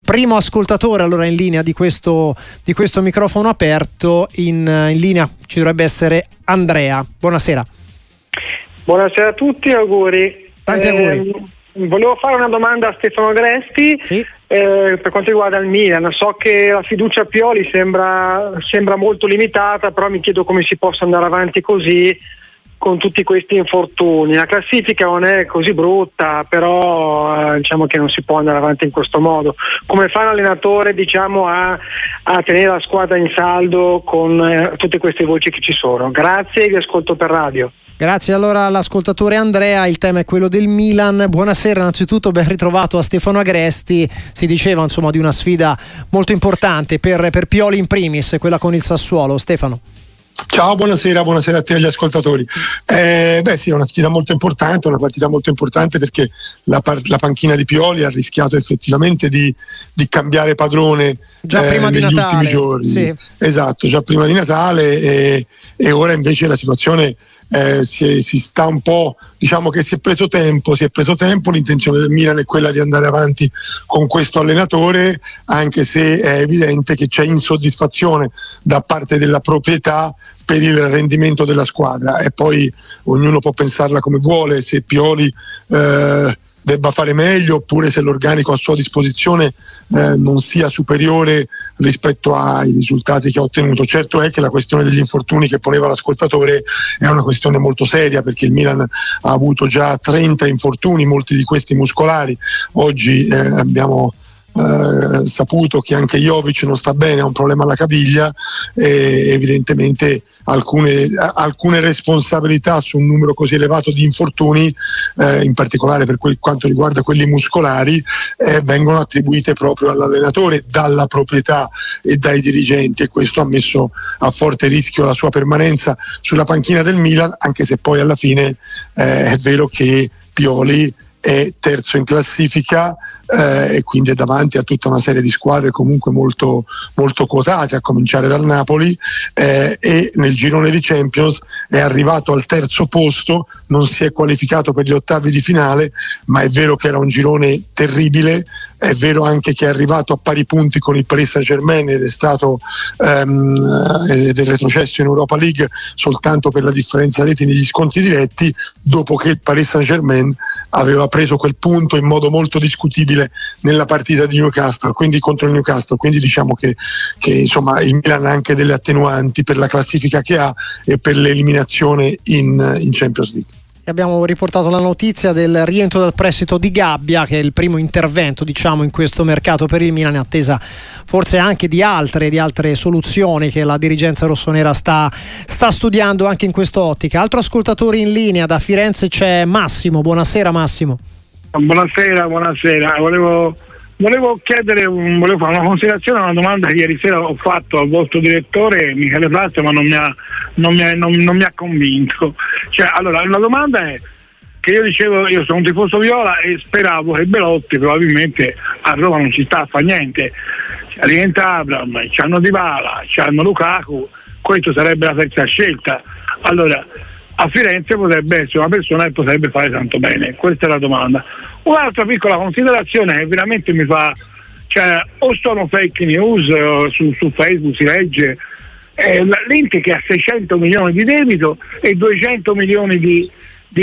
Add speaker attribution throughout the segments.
Speaker 1: primo ascoltatore allora in linea di questo microfono aperto. In linea ci dovrebbe essere Andrea. Buonasera.
Speaker 2: Buonasera a tutti, auguri.
Speaker 1: Tanti auguri.
Speaker 2: Volevo fare una domanda a Stefano Agresti.
Speaker 1: Sì.
Speaker 2: Per quanto riguarda il Milan. So che la fiducia a Pioli sembra molto limitata, però mi chiedo come si possa andare avanti così con tutti questi infortuni. La classifica non è così brutta, però diciamo che non si può andare avanti in questo modo. Come fa un allenatore, diciamo, a tenere la squadra in saldo con tutte queste voci che ci sono? Grazie, vi ascolto per radio.
Speaker 1: Grazie allora all'ascoltatore Andrea. Il tema è quello del Milan. Buonasera innanzitutto, ben ritrovato a Stefano Agresti. Si diceva insomma di una sfida molto importante per Pioli in primis, quella con il Sassuolo. Stefano.
Speaker 3: Ciao, buonasera a te e agli ascoltatori. Sì, è una sfida molto importante, una partita molto importante perché la panchina di Pioli ha rischiato effettivamente di cambiare padrone
Speaker 1: già prima di
Speaker 3: negli
Speaker 1: Natale,
Speaker 3: ultimi giorni.
Speaker 1: Sì.
Speaker 3: Esatto, già prima di Natale e ora invece la situazione si sta un po', diciamo che si è preso tempo. L'intenzione del Milan è quella di andare avanti con questo allenatore, anche se è evidente che c'è insoddisfazione da parte della proprietà per il rendimento della squadra, e poi ognuno può pensarla come vuole, se Pioli debba fare meglio oppure se l'organico a sua disposizione non sia superiore rispetto ai risultati che ha ottenuto. Certo è che la questione degli infortuni che poneva l'ascoltatore è una questione molto seria, perché il Milan ha avuto già 30 infortuni, molti di questi muscolari. Oggi abbiamo saputo che anche Jovic non sta bene, ha un problema alla caviglia, e evidentemente alcune responsabilità su un numero così elevato di infortuni, in particolare per quanto riguarda quelli muscolari, vengono attribuite proprio all'allenatore dalla proprietà e dai dirigenti, e questo ha messo a forte rischio la sua permanenza sulla panchina del Milan, anche se poi alla fine è vero che Pioli è terzo in classifica, e quindi è davanti a tutta una serie di squadre comunque molto, molto quotate, a cominciare dal Napoli, e nel girone di Champions è arrivato al terzo posto, non si è qualificato per gli ottavi di finale, ma è vero che era un girone terribile. È vero anche che è arrivato a pari punti con il Paris Saint-Germain ed è retrocesso in Europa League soltanto per la differenza reti negli scontri diretti, dopo che il Paris Saint-Germain aveva preso quel punto in modo molto discutibile nella partita di Newcastle, quindi contro il Newcastle. Quindi diciamo che insomma il Milan ha anche delle attenuanti per la classifica che ha e per l'eliminazione in Champions League.
Speaker 1: Abbiamo riportato la notizia del rientro dal prestito di Gabbia, che è il primo intervento, diciamo, in questo mercato per il Milan, in attesa forse anche di altre soluzioni che la dirigenza rossonera sta studiando anche in quest'ottica. Altro ascoltatore in linea da Firenze c'è Massimo. Buonasera Massimo.
Speaker 4: Buonasera. Volevo chiedere, volevo fare una considerazione, una domanda che ieri sera ho fatto al vostro direttore Michele Plazza, ma non mi ha convinto. Cioè, allora, la domanda è che io dicevo, io sono un tifoso viola e speravo che Belotti, probabilmente a Roma non ci sta a fare niente, rientra Abraham, c'hanno Dybala, c'hanno Lukaku, questo sarebbe la terza scelta. Allora, a Firenze potrebbe essere una persona che potrebbe fare tanto bene. Questa è la domanda. Un'altra piccola considerazione che veramente mi fa, cioè, o sono fake news, su Facebook si legge l'Inter che ha 600 milioni di debito e 200 milioni di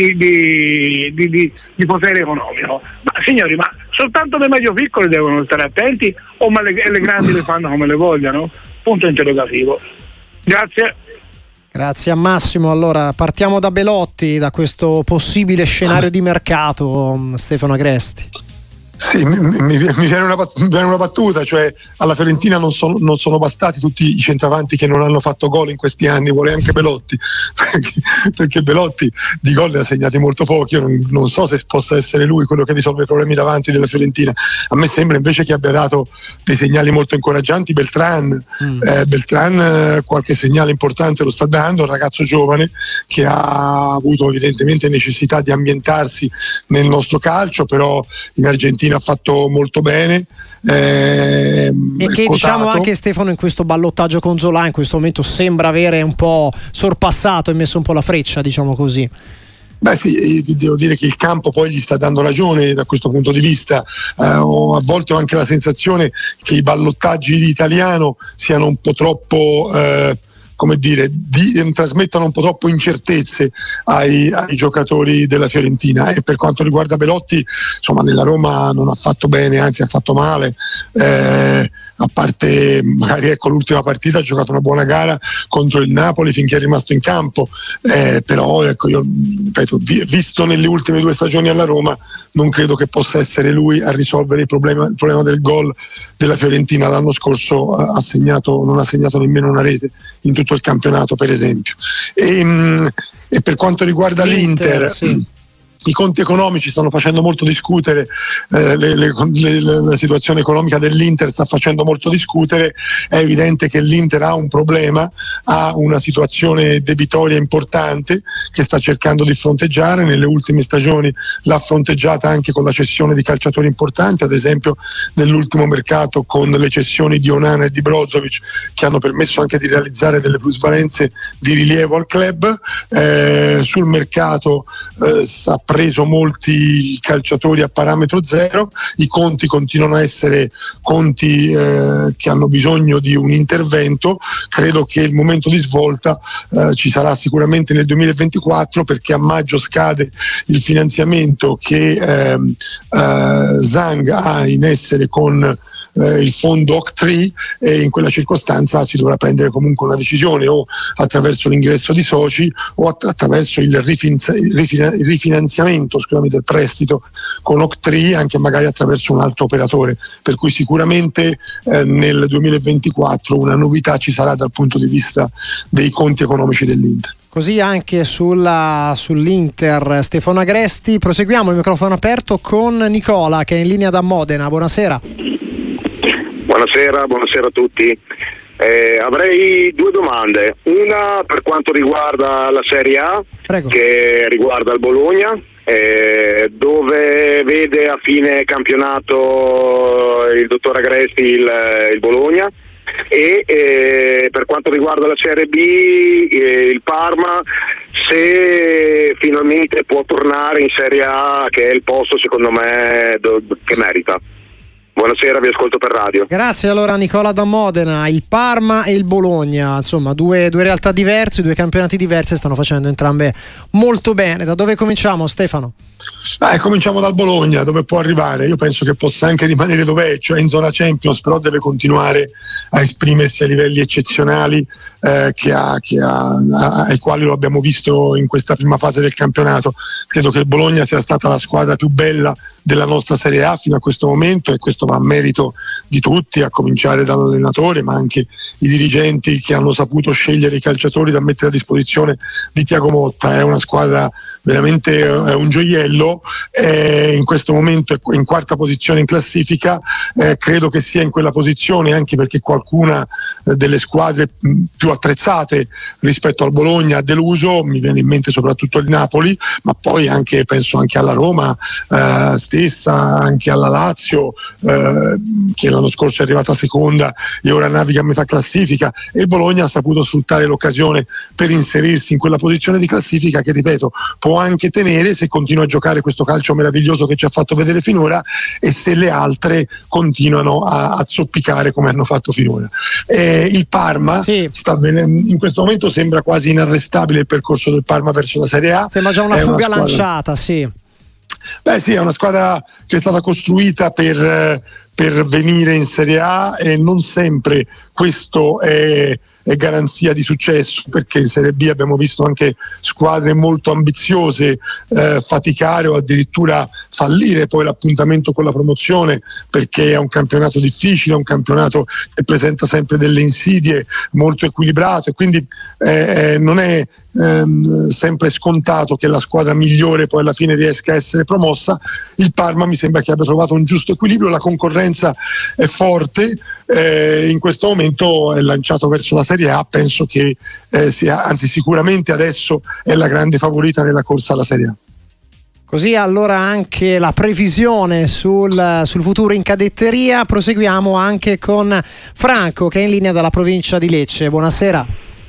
Speaker 4: potere economico. Ma signori, ma soltanto le medio piccole devono stare attenti, o ma le grandi le fanno come le vogliono? Punto interrogativo.
Speaker 1: Grazie a Massimo. Allora partiamo da Belotti, da questo possibile scenario di mercato. Stefano Agresti.
Speaker 3: Sì, mi viene una battuta, cioè alla Fiorentina non sono bastati tutti i centravanti che non hanno fatto gol in questi anni, vuole anche Belotti, perché Belotti di gol ne ha segnati molto pochi. Io non so se possa essere lui quello che risolve i problemi davanti della Fiorentina. A me sembra invece che abbia dato dei segnali molto incoraggianti Beltran. Beltran qualche segnale importante lo sta dando, un ragazzo giovane che ha avuto evidentemente necessità di ambientarsi nel nostro calcio, però in Argentina ha fatto molto bene,
Speaker 1: e che diciamo anche Stefano in questo ballottaggio con Zola in questo momento sembra avere un po' sorpassato e messo un po' la freccia, diciamo così.
Speaker 3: Beh sì, devo dire che il campo poi gli sta dando ragione da questo punto di vista. A volte ho anche la sensazione che i ballottaggi di Italiano siano un po' troppo trasmettano un po' troppo incertezze ai giocatori della Fiorentina, e per quanto riguarda Belotti, insomma, nella Roma non ha fatto bene, anzi ha fatto male, a parte magari l'ultima partita ha giocato una buona gara contro il Napoli finché è rimasto in campo, però io ripeto, visto nelle ultime 2 stagioni alla Roma, non credo che possa essere lui a risolvere il problema del gol della Fiorentina. L'anno scorso non ha segnato nemmeno una rete in tutto il campionato, per esempio. E per quanto riguarda l'Inter, sì. I conti economici stanno facendo molto discutere, la situazione economica dell'Inter sta facendo molto discutere. È evidente che l'Inter ha un problema, ha una situazione debitoria importante che sta cercando di fronteggiare. Nelle ultime stagioni l'ha fronteggiata anche con la cessione di calciatori importanti, ad esempio nell'ultimo mercato con le cessioni di Onana e di Brozovic, che hanno permesso anche di realizzare delle plusvalenze di rilievo al club. Sul mercato ha preso molti calciatori a parametro zero. I conti continuano a essere conti che hanno bisogno di un intervento. Credo che il momento di svolta ci sarà sicuramente nel 2024, perché a maggio scade il finanziamento che Zhang ha in essere con il fondo Oak-Tree, e in quella circostanza si dovrà prendere comunque una decisione, o attraverso l'ingresso di soci o attraverso il rifinanziamento del prestito con Oak-Tree, anche magari attraverso un altro operatore, per cui sicuramente nel 2024 una novità ci sarà dal punto di vista dei conti economici dell'Inter.
Speaker 1: Così anche sull'Inter Stefano Agresti. Proseguiamo, il microfono aperto con Nicola, che è in linea da Modena. Buonasera.
Speaker 5: Buonasera a tutti. Avrei 2 domande. Una per quanto riguarda la Serie A. Prego. Che riguarda il Bologna, dove vede a fine campionato il dottor Agresti il Bologna, e per quanto riguarda la Serie B, il Parma, se finalmente può tornare in Serie A, che è il posto secondo me che merita. Buonasera, vi ascolto per radio.
Speaker 1: Grazie. Allora, Nicola da Modena, il Parma e il Bologna, insomma due realtà diverse, 2 campionati diversi, stanno facendo entrambe molto bene. Da dove cominciamo, Stefano?
Speaker 3: Cominciamo dal Bologna, dove può arrivare. Io penso che possa anche rimanere dov'è, cioè in zona Champions, però deve continuare a esprimersi a livelli eccezionali ai quali lo abbiamo visto in questa prima fase del campionato. Credo che il Bologna sia stata la squadra più bella della nostra Serie A fino a questo momento, e questo va a merito di tutti, a cominciare dall'allenatore, ma anche i dirigenti che hanno saputo scegliere i calciatori da mettere a disposizione di Thiago Motta. È una squadra veramente un gioiello, in questo momento è in 4ª posizione in classifica. Credo che sia in quella posizione anche perché qualcuna delle squadre più attrezzate rispetto al Bologna ha deluso. Mi viene in mente soprattutto il Napoli, ma poi penso anche alla Roma stessa, anche alla Lazio, che l'anno scorso è arrivata seconda e ora naviga a metà classifica, e il Bologna ha saputo sfruttare l'occasione per inserirsi in quella posizione di classifica che, ripeto, può anche tenere se continua a giocare questo calcio meraviglioso che ci ha fatto vedere finora, e se le altre continuano a zoppicare come hanno fatto finora. Il Parma in questo momento sembra quasi inarrestabile il percorso del Parma verso la Serie A.
Speaker 1: Sembra già una fuga lanciata, sì.
Speaker 3: Beh sì, è una squadra che è stata costruita per venire in Serie A, e non sempre questo è garanzia di successo, perché in Serie B abbiamo visto anche squadre molto ambiziose faticare o addirittura fallire poi l'appuntamento con la promozione, perché è un campionato difficile, è un campionato che presenta sempre delle insidie, molto equilibrato, e quindi non è sempre scontato che la squadra migliore poi alla fine riesca a essere promossa. Il Parma mi sembra che abbia trovato un giusto equilibrio, la concorrenza è forte, in questo momento è lanciato verso la Serie A. Penso che sicuramente adesso è la grande favorita nella corsa alla Serie A.
Speaker 1: Così allora anche la previsione sul futuro in cadetteria. Proseguiamo anche con Franco, che è in linea dalla provincia di Lecce. Buonasera.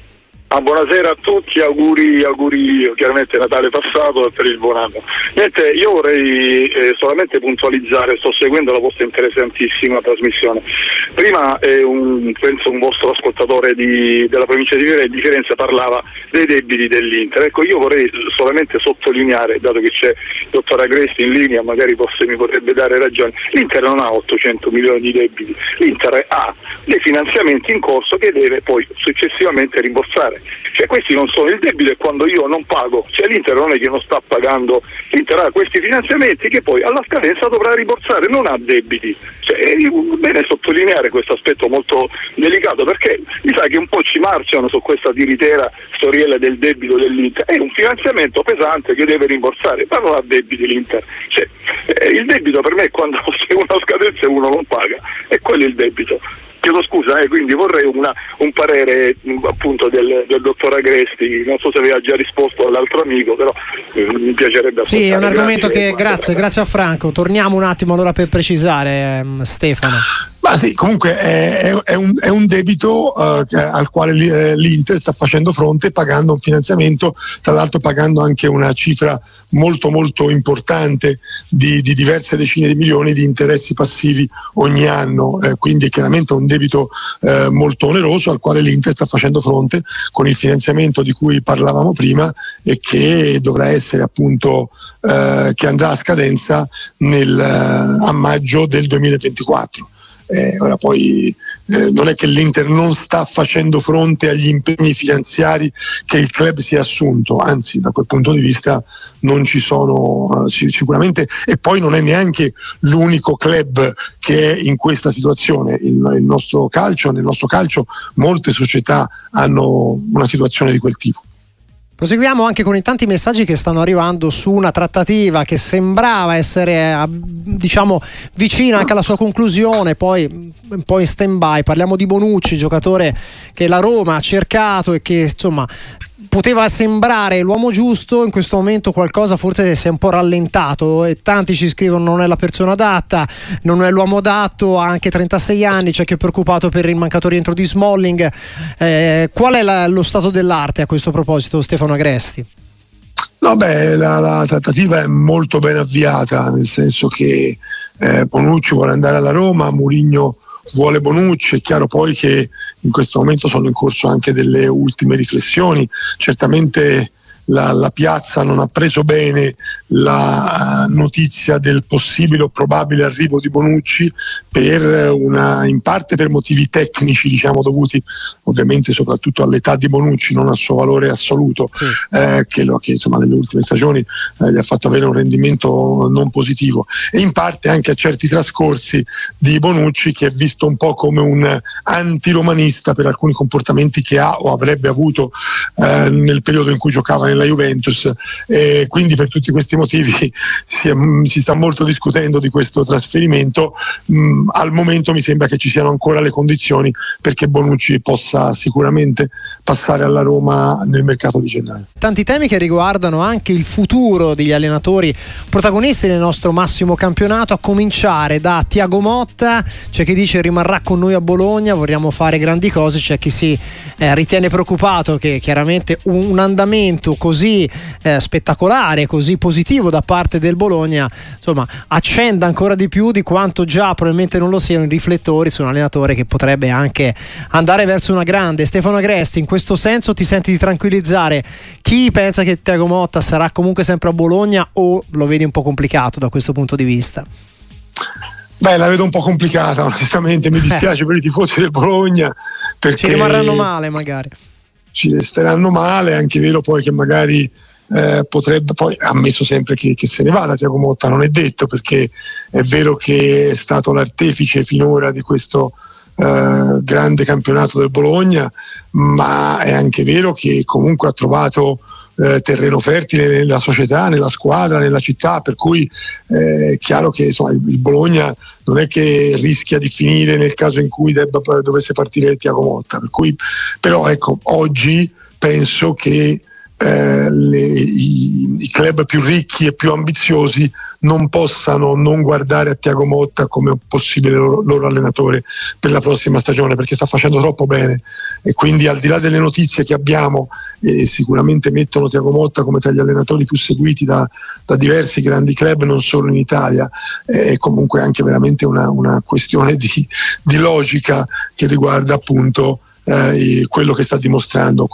Speaker 6: Buonasera a tutti, auguri chiaramente Natale passato e per il buon anno. Niente, io vorrei solamente puntualizzare, sto seguendo la vostra interessantissima trasmissione. Prima penso un vostro ascoltatore della provincia di Firenze parlava dei debiti dell'Inter. Ecco, io vorrei solamente sottolineare, dato che c'è il dottor Agresti in linea, magari mi potrebbe dare ragione, l'Inter non ha 800 milioni di debiti, l'Inter ha dei finanziamenti in corso che deve poi successivamente rimborsare. Cioè questi non sono il debito, e quando io non pago, cioè l'Inter non è che non sta pagando, l'Inter ha questi finanziamenti che poi alla scadenza dovrà rimborsare, non ha debiti. Cioè, è bene sottolineare questo aspetto molto delicato, perché mi sa che un po' ci marciano su questa tiritera storiella del debito dell'Inter. È un finanziamento pesante che deve rimborsare, ma non ha debiti l'Inter. Cioè, il debito per me è quando c'è una scadenza e uno non paga, e quello è il debito. Chiedo scusa, quindi vorrei un parere appunto del dottor Agresti. Non so se aveva già risposto all'altro amico, però mi piacerebbe ascoltare.
Speaker 1: Sì, è un argomento grazie a Franco. Torniamo un attimo allora per precisare, Stefano.
Speaker 3: Ma sì, comunque è un debito al quale l'Inter sta facendo fronte, pagando un finanziamento, tra l'altro pagando anche una cifra molto molto importante di diverse decine di milioni di interessi passivi ogni anno, quindi è chiaramente un debito molto oneroso al quale l'Inter sta facendo fronte con il finanziamento di cui parlavamo prima, e che dovrà essere appunto che andrà a scadenza a maggio del 2024. Ora poi non è che l'Inter non sta facendo fronte agli impegni finanziari che il club si è assunto, anzi da quel punto di vista non ci sono sicuramente, e poi non è neanche l'unico club che è in questa situazione. Nel nostro calcio molte società hanno una situazione di quel tipo.
Speaker 1: Proseguiamo anche con i tanti messaggi che stanno arrivando su una trattativa che sembrava essere vicina anche alla sua conclusione, poi un po' in stand-by. Parliamo di Bonucci, giocatore che la Roma ha cercato e che insomma poteva sembrare l'uomo giusto. In questo momento qualcosa forse si è un po' rallentato, e tanti ci scrivono non è la persona adatta, non è l'uomo adatto, ha anche 36 anni, c'è chi è preoccupato per il mancato rientro di Smalling. Qual è lo stato dell'arte a questo proposito, Stefano Agresti?
Speaker 3: No, la trattativa è molto ben avviata, nel senso che Bonucci vuole andare alla Roma, Mourinho vuole Bonucci. È chiaro poi che in questo momento sono in corso anche delle ultime riflessioni. Certamente la piazza non ha preso bene la notizia del possibile o probabile arrivo di Bonucci, in parte per motivi tecnici, dovuti ovviamente soprattutto all'età di Bonucci, non al suo valore assoluto, sì. che insomma nelle ultime stagioni gli ha fatto avere un rendimento non positivo, e in parte anche a certi trascorsi di Bonucci, che è visto un po' come un antiromanista per alcuni comportamenti che ha o avrebbe avuto nel periodo in cui giocava nella Juventus, e quindi per tutti questi motivi si sta molto discutendo di questo trasferimento. Al momento mi sembra che ci siano ancora le condizioni perché Bonucci possa sicuramente passare alla Roma nel mercato di gennaio.
Speaker 1: Tanti temi che riguardano anche il futuro degli allenatori protagonisti nel nostro massimo campionato, a cominciare da Thiago Motta. C'è chi dice rimarrà con noi a Bologna, vorremmo fare grandi cose, c'è chi si ritiene preoccupato che chiaramente un andamento così spettacolare, così positivo da parte del Bologna insomma accenda ancora di più di quanto già probabilmente non lo siano i riflettori su un allenatore che potrebbe anche andare verso una grande. Stefano Agresti, in questo senso ti senti di tranquillizzare chi pensa che Thiago Motta sarà comunque sempre a Bologna, o lo vedi un po' complicato da questo punto di vista?
Speaker 3: La vedo un po' complicata, onestamente. Mi dispiace per i tifosi del Bologna, perché
Speaker 1: ci rimarranno male, magari
Speaker 3: ci resteranno male. È anche vero poi che magari potrebbe, poi ammesso sempre che se ne vada Thiago Motta, non è detto, perché è vero che è stato l'artefice finora di questo grande campionato del Bologna, ma è anche vero che comunque ha trovato terreno fertile nella società, nella squadra, nella città, per cui è chiaro che insomma, il Bologna non è che rischia di finire nel caso in cui dovesse partire Thiago Motta, per cui, però ecco, oggi penso che i club più ricchi e più ambiziosi non possano non guardare a Thiago Motta come un possibile loro allenatore per la prossima stagione, perché sta facendo troppo bene, e quindi al di là delle notizie che abbiamo, sicuramente mettono Thiago Motta come tra gli allenatori più seguiti da diversi grandi club, non solo in Italia. È comunque anche veramente una questione di logica che riguarda appunto quello che sta dimostrando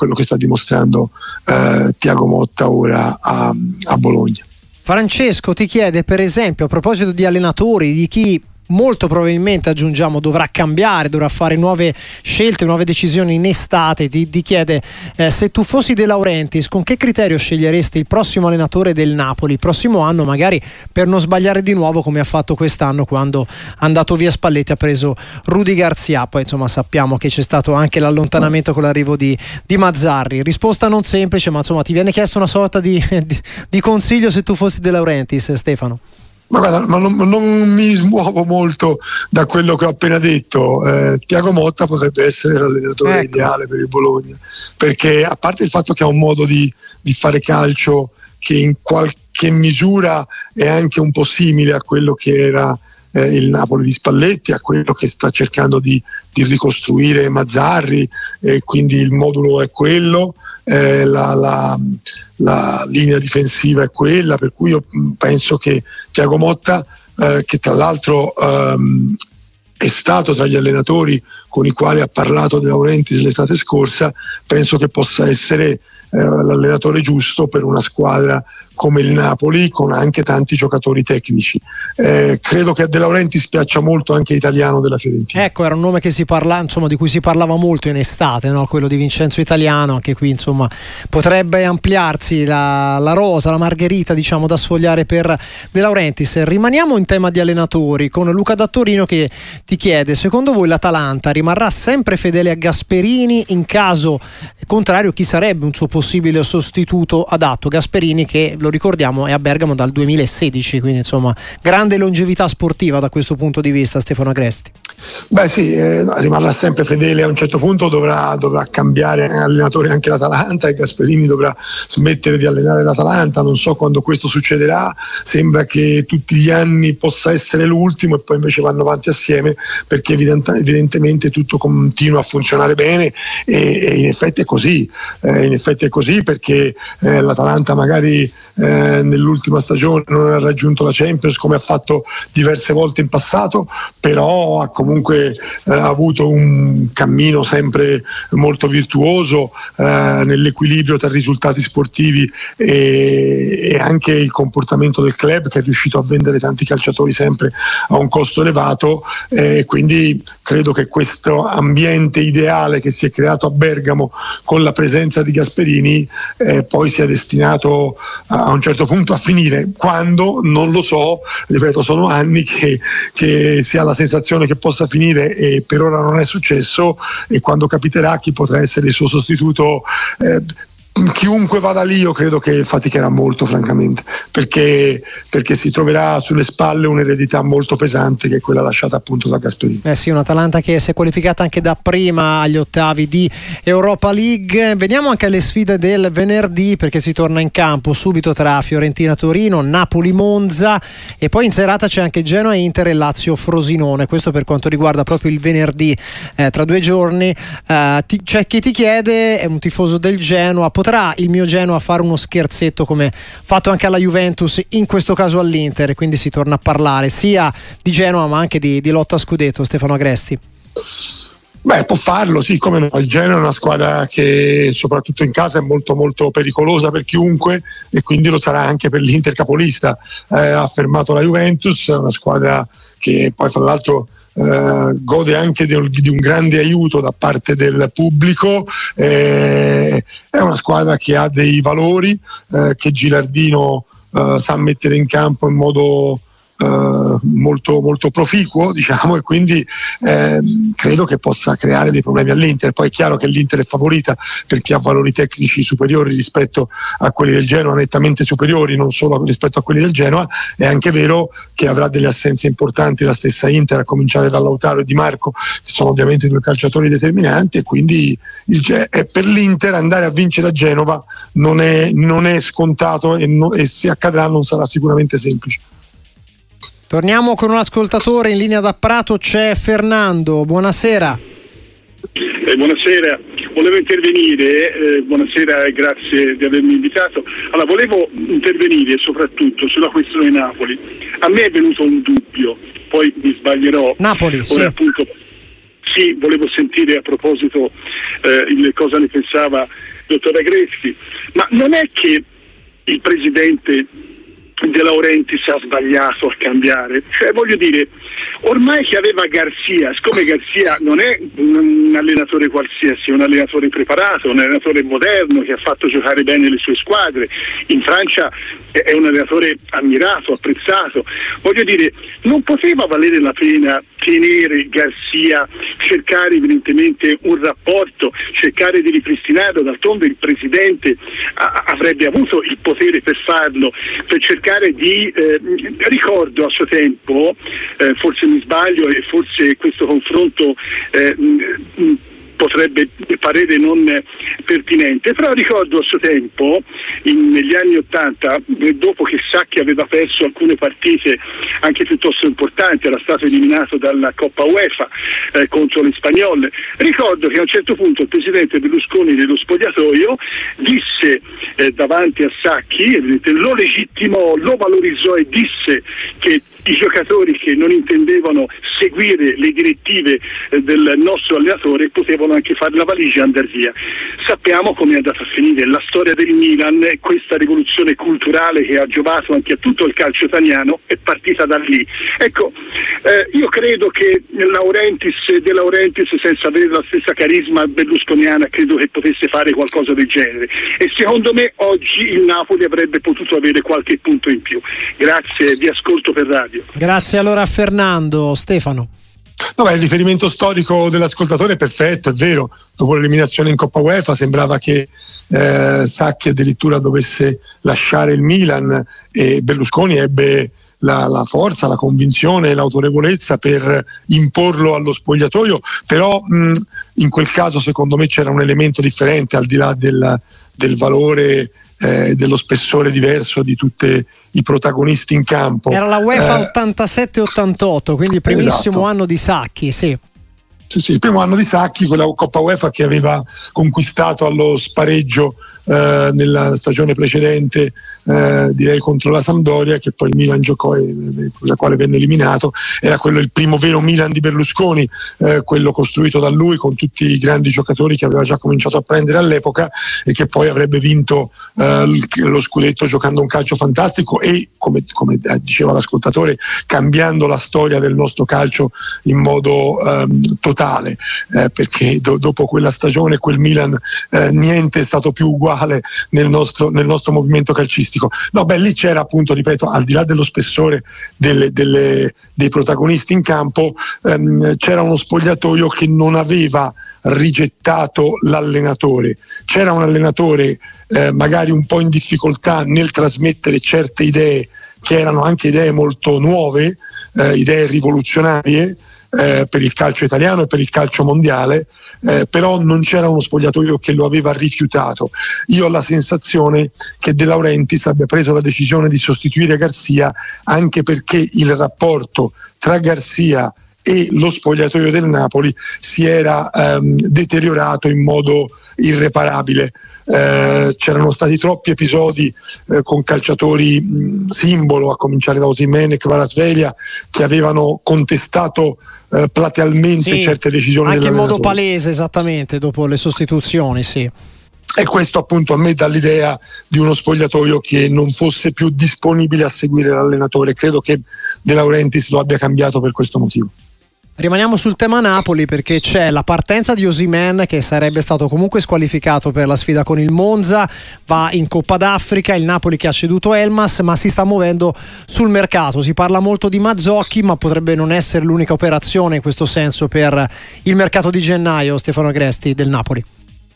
Speaker 3: Thiago Motta ora a Bologna.
Speaker 1: Francesco ti chiede, per esempio, a proposito di allenatori, di chi molto probabilmente, aggiungiamo, dovrà cambiare, dovrà fare nuove scelte, nuove decisioni in estate, ti chiede se tu fossi De Laurentiis, con che criterio sceglieresti il prossimo allenatore del Napoli il prossimo anno, magari per non sbagliare di nuovo come ha fatto quest'anno quando è andato via Spalletti, ha preso Rudy Garcia. Poi insomma sappiamo che c'è stato anche l'allontanamento con l'arrivo di Mazzarri. Risposta non semplice, ma insomma ti viene chiesto una sorta di consiglio se tu fossi De Laurentiis, Stefano.
Speaker 3: Ma guarda, non mi smuovo molto da quello che ho appena detto. Thiago Motta potrebbe essere l'allenatore ideale per il Bologna, perché a parte il fatto che ha un modo di fare calcio che in qualche misura è anche un po' simile a quello che era il Napoli di Spalletti, a quello che sta cercando di ricostruire Mazzarri, quindi il modulo è quello. La linea difensiva è quella, per cui io penso che Thiago Motta, che tra l'altro è stato tra gli allenatori con i quali ha parlato De Laurentiis l'estate scorsa, penso che possa essere l'allenatore giusto per una squadra come il Napoli, con anche tanti giocatori tecnici. Credo che a De Laurentiis piaccia molto anche Italiano della Fiorentina.
Speaker 1: Ecco, era un nome che di cui si parlava molto in estate, no? Quello di Vincenzo Italiano. Anche qui insomma potrebbe ampliarsi la rosa, la margherita, diciamo, da sfogliare per De Laurentiis. Rimaniamo in tema di allenatori con Luca da Torino, che ti chiede: secondo voi l'Atalanta rimarrà sempre fedele a Gasperini? In caso contrario, chi sarebbe un suo possibile sostituto adatto? Gasperini, che lo ricordiamo, è a Bergamo dal 2016, quindi insomma grande longevità sportiva da questo punto di vista. Stefano Agresti.
Speaker 3: Beh sì, rimarrà sempre fedele. A un certo punto dovrà cambiare allenatore anche l'Atalanta, e Gasperini dovrà smettere di allenare l'Atalanta. Non so quando questo succederà, sembra che tutti gli anni possa essere l'ultimo e poi invece vanno avanti assieme, perché evidentemente tutto continua a funzionare bene, e in effetti è così. Perché l'Atalanta magari nell'ultima stagione non ha raggiunto la Champions come ha fatto diverse volte in passato, però ha comunque avuto un cammino sempre molto virtuoso nell'equilibrio tra risultati sportivi e anche il comportamento del club, che è riuscito a vendere tanti calciatori sempre a un costo elevato, quindi credo che questo ambiente ideale che si è creato a Bergamo con la presenza di Gasperini poi sia destinato a un certo punto a finire. Quando non lo so, ripeto, sono anni che si ha la sensazione che possa finire, e per ora non è successo, e quando capiterà chi potrà essere il suo sostituto, chiunque vada lì io credo che faticherà molto, francamente, perché si troverà sulle spalle un'eredità molto pesante, che è quella lasciata appunto da Gasperini.
Speaker 1: Sì, un'Atalanta che si è qualificata anche da prima agli ottavi di Europa League. Veniamo anche alle sfide del venerdì, perché si torna in campo subito tra Fiorentina-Torino, Napoli-Monza, e poi in serata c'è anche Genoa-Inter e Lazio-Frosinone. Questo per quanto riguarda proprio il venerdì, tra 2 giorni. C'è chi ti chiede, è un tifoso del Genoa: potrà il mio Genoa fare uno scherzetto come fatto anche alla Juventus, in questo caso all'Inter, e quindi si torna a parlare sia di Genoa ma anche di lotta a scudetto? Stefano Agresti.
Speaker 3: Beh, può farlo, sì, come no. Il Genoa è una squadra che soprattutto in casa è molto molto pericolosa per chiunque, e quindi lo sarà anche per l'Inter capolista. Ha fermato la Juventus, è una squadra che poi fra l'altro gode anche di un grande aiuto da parte del pubblico. È una squadra che ha dei valori che Gilardino sa mettere in campo in modo molto, molto proficuo, diciamo, e quindi credo che possa creare dei problemi all'Inter. Poi è chiaro che l'Inter è favorita perché ha valori tecnici superiori rispetto a quelli del Genoa, nettamente superiori, non solo rispetto a quelli del Genoa. È anche vero che avrà delle assenze importanti la stessa Inter, a cominciare da Lautaro e Di Marco, che sono ovviamente due calciatori determinanti, e quindi per l'Inter andare a vincere a Genova non è scontato, e se accadrà non sarà sicuramente semplice.
Speaker 1: Torniamo con un ascoltatore in linea da Prato, c'è Fernando, buonasera.
Speaker 6: Buonasera, volevo intervenire, buonasera e grazie di avermi invitato. Allora, volevo intervenire soprattutto sulla questione Napoli. A me è venuto un dubbio, poi mi sbaglierò.
Speaker 1: Napoli,
Speaker 6: ora,
Speaker 1: sì.
Speaker 6: Appunto, sì, volevo sentire a proposito cosa ne pensava il dottor Agresti, ma non è che il presidente De Laurentiis ha sbagliato a cambiare, cioè voglio dire, ormai che aveva Garcia, siccome Garcia non è un allenatore qualsiasi, è un allenatore preparato, un allenatore moderno che ha fatto giocare bene le sue squadre, in Francia è un allenatore ammirato, apprezzato, voglio dire, non poteva valere la pena tenere Garcia, cercare evidentemente un rapporto, cercare di ripristinarlo, d'altronde il presidente avrebbe avuto il potere per farlo, per cercare di ricordo a suo tempo, forse mi sbaglio e forse questo confronto potrebbe parere non pertinente, però ricordo a suo tempo negli anni '80, dopo che Sacchi aveva perso alcune partite anche piuttosto importanti, era stato eliminato dalla Coppa UEFA contro le spagnole, ricordo che a un certo punto il presidente Berlusconi dello spogliatoio disse davanti a Sacchi, lo legittimò, lo valorizzò e disse che i giocatori che non intendevano seguire le direttive del nostro allenatore potevano anche fare la valigia e andare via. Sappiamo come è andata a finire la storia del Milan, questa rivoluzione culturale che ha giovato anche a tutto il calcio italiano è partita da lì. Ecco, io credo che De Laurentiis senza avere la stessa carisma berlusconiana credo che potesse fare qualcosa del genere, e secondo me oggi il Napoli avrebbe potuto avere qualche punto in più. Grazie, vi ascolto per radio.
Speaker 1: Grazie allora a Fernando. Stefano.
Speaker 3: No, il riferimento storico dell'ascoltatore è perfetto, è vero. Dopo l'eliminazione in Coppa UEFA sembrava che Sacchi addirittura dovesse lasciare il Milan, e Berlusconi ebbe la forza, la convinzione e l'autorevolezza per imporlo allo spogliatoio, però in quel caso secondo me c'era un elemento differente, al di là del valore, dello spessore diverso di tutti i protagonisti in campo.
Speaker 1: Era la UEFA 87-88, quindi il primissimo anno di Sacchi, sì.
Speaker 3: Sì, il primo anno di Sacchi, quella Coppa UEFA che aveva conquistato allo spareggio nella stagione precedente, direi contro la Sampdoria, che poi il Milan giocò e la quale venne eliminato. Era quello il primo vero Milan di Berlusconi, quello costruito da lui con tutti i grandi giocatori che aveva già cominciato a prendere all'epoca, e che poi avrebbe vinto lo scudetto giocando un calcio fantastico e, come diceva l'ascoltatore, cambiando la storia del nostro calcio in modo totale, perché dopo quella stagione quel Milan niente è stato più uguale nel nostro movimento calcistico. No, lì c'era, appunto, ripeto, al di là dello spessore dei protagonisti in campo, c'era uno spogliatoio che non aveva rigettato l'allenatore. C'era un allenatore magari un po' in difficoltà nel trasmettere certe idee, che erano anche idee molto nuove, idee rivoluzionarie per il calcio italiano e per il calcio mondiale, però non c'era uno spogliatoio che lo aveva rifiutato. Io ho la sensazione che De Laurentiis abbia preso la decisione di sostituire Garcia anche perché il rapporto tra Garcia e lo spogliatoio del Napoli si era deteriorato in modo irreparabile. C'erano stati troppi episodi con calciatori simbolo, a cominciare da Osimhen e Kvaratskhelia, che avevano contestato platealmente certe decisioni
Speaker 1: anche in modo palese, esattamente dopo le sostituzioni, sì.
Speaker 3: E questo appunto a me dà l'idea di uno spogliatoio che non fosse più disponibile a seguire l'allenatore. Credo che De Laurentiis lo abbia cambiato per questo motivo.
Speaker 1: Rimaniamo sul tema Napoli, perché c'è la partenza di Osimhen, che sarebbe stato comunque squalificato per la sfida con il Monza, va in Coppa d'Africa, il Napoli che ha ceduto Elmas, ma si sta muovendo sul mercato. Si parla molto di Mazzocchi, ma potrebbe non essere l'unica operazione in questo senso per il mercato di gennaio, Stefano Agresti del Napoli.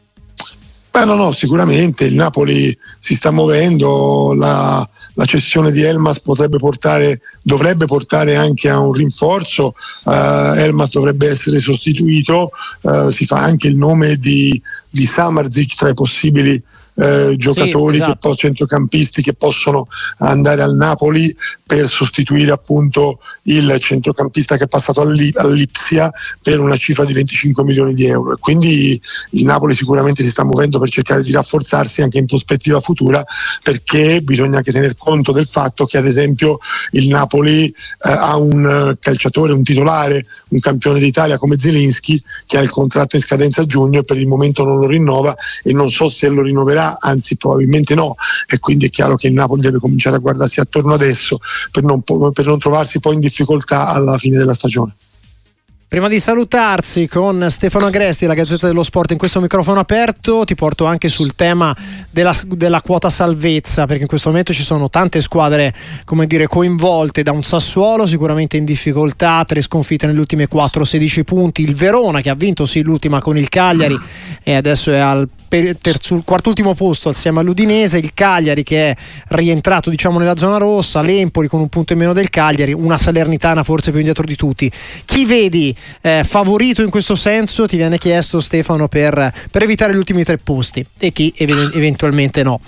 Speaker 3: No, sicuramente il Napoli si sta muovendo, la cessione di Elmas dovrebbe portare anche a un rinforzo. Elmas dovrebbe essere sostituito, si fa anche il nome di Samardzic tra i possibili giocatori,
Speaker 1: sì, esatto,
Speaker 3: centrocampisti che possono andare al Napoli per sostituire appunto il centrocampista che è passato all'Ipsia per una cifra di 25 milioni di euro, e quindi il Napoli sicuramente si sta muovendo per cercare di rafforzarsi anche in prospettiva futura, perché bisogna anche tener conto del fatto che ad esempio il Napoli ha un calciatore, un titolare, un campione d'Italia come Zielinski, che ha il contratto in scadenza a giugno e per il momento non lo rinnova, e non so se lo rinnoverà, anzi probabilmente no, e quindi è chiaro che il Napoli deve cominciare a guardarsi attorno adesso per non trovarsi poi in difficoltà alla fine della stagione.
Speaker 1: Prima di salutarsi con Stefano Agresti, la Gazzetta dello Sport, in questo microfono aperto, ti porto anche sul tema della quota salvezza, perché in questo momento ci sono tante squadre, come dire, coinvolte. Da un Sassuolo sicuramente in difficoltà, 3 sconfitte nelle ultime 4, 16 punti, il Verona che ha vinto sì l'ultima con il Cagliari e adesso è al quart'ultimo posto assieme all'Udinese, il Cagliari che è rientrato diciamo nella zona rossa, l'Empoli con un punto in meno del Cagliari, una Salernitana forse più indietro di tutti. Chi vedi favorito in questo senso, ti viene chiesto, Stefano, per evitare gli ultimi 3 posti, e chi eventualmente no?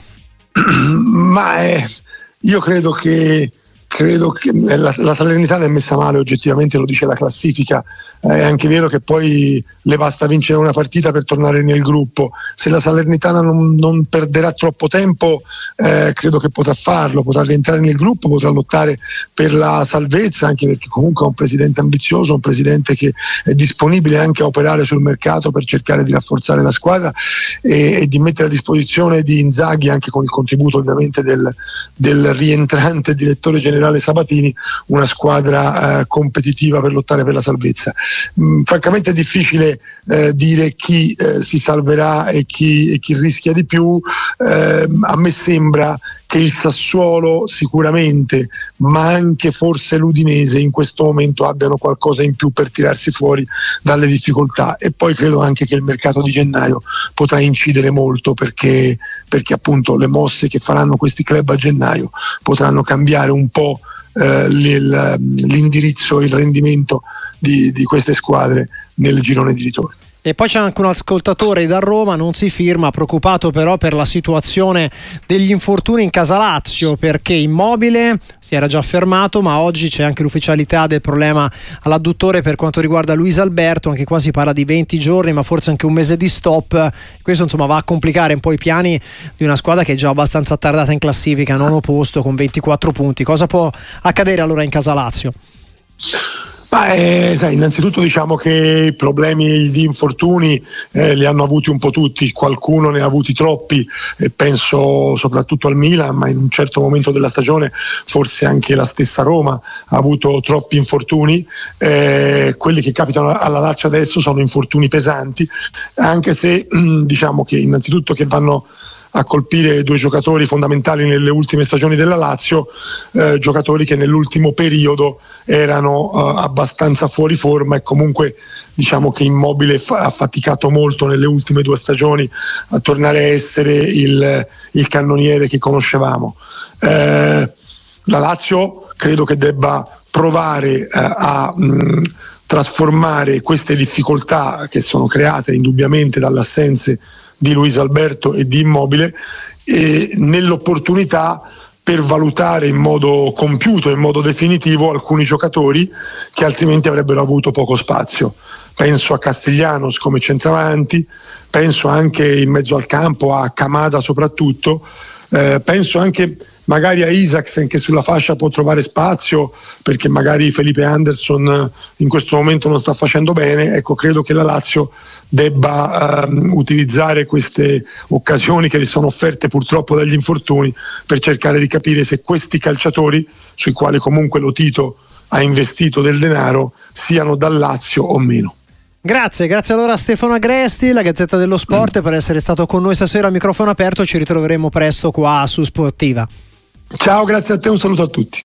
Speaker 3: Ma io credo che la Salernitana è messa male, oggettivamente, lo dice la classifica. È anche vero che poi le basta vincere una partita per tornare nel gruppo. Se la Salernitana non perderà troppo tempo, credo che potrà farlo, potrà rientrare nel gruppo, potrà lottare per la salvezza, anche perché comunque è un presidente ambizioso, un presidente che è disponibile anche a operare sul mercato per cercare di rafforzare la squadra e di mettere a disposizione di Inzaghi, anche con il contributo ovviamente del rientrante direttore generale Sabatini, una squadra competitiva per lottare per la salvezza. Francamente è difficile dire chi si salverà e chi rischia di più. A me sembra che il Sassuolo sicuramente, ma anche forse l'Udinese in questo momento abbiano qualcosa in più per tirarsi fuori dalle difficoltà, e poi credo anche che il mercato di gennaio potrà incidere molto, perché appunto le mosse che faranno questi club a gennaio potranno cambiare un po' l'indirizzo e il rendimento di queste squadre nel girone di ritorno.
Speaker 1: E poi c'è anche un ascoltatore da Roma, non si firma, preoccupato però per la situazione degli infortuni in Casalazio, perché Immobile si era già fermato, ma oggi c'è anche l'ufficialità del problema all'adduttore per quanto riguarda Luis Alberto. Anche qua si parla di 20 giorni, ma forse anche un mese di stop. Questo insomma va a complicare un po' i piani di una squadra che è già abbastanza attardata in classifica, 9° posto con 24 punti. Cosa può accadere allora in Casalazio?
Speaker 3: Innanzitutto diciamo che i problemi di infortuni li hanno avuti un po' tutti, qualcuno ne ha avuti troppi, penso soprattutto al Milan, ma in un certo momento della stagione forse anche la stessa Roma ha avuto troppi infortuni. Quelli che capitano alla Lazio adesso sono infortuni pesanti, anche se diciamo che innanzitutto che vanno a colpire 2 giocatori fondamentali nelle ultime stagioni della Lazio, giocatori che nell'ultimo periodo erano abbastanza fuori forma, e comunque diciamo che Immobile ha faticato molto nelle ultime 2 stagioni a tornare a essere il cannoniere che conoscevamo. La Lazio credo che debba provare a trasformare queste difficoltà che sono create indubbiamente dalle assenze di Luis Alberto e di Immobile nell'opportunità per valutare in modo compiuto, in modo definitivo alcuni giocatori che altrimenti avrebbero avuto poco spazio. Penso a Castellanos come centravanti, penso anche in mezzo al campo a Kamada soprattutto, penso anche magari a Isaksen che sulla fascia può trovare spazio, perché magari Felipe Anderson in questo momento non sta facendo bene. Ecco, credo che la Lazio debba utilizzare queste occasioni che gli sono offerte purtroppo dagli infortuni per cercare di capire se questi calciatori, sui quali comunque Lotito ha investito del denaro, siano dal Lazio o meno.
Speaker 1: Grazie allora a Stefano Agresti, la Gazzetta dello Sport, per essere stato con noi stasera a microfono aperto. Ci ritroveremo presto qua su Sportiva.
Speaker 3: Ciao, grazie a te, un saluto a tutti.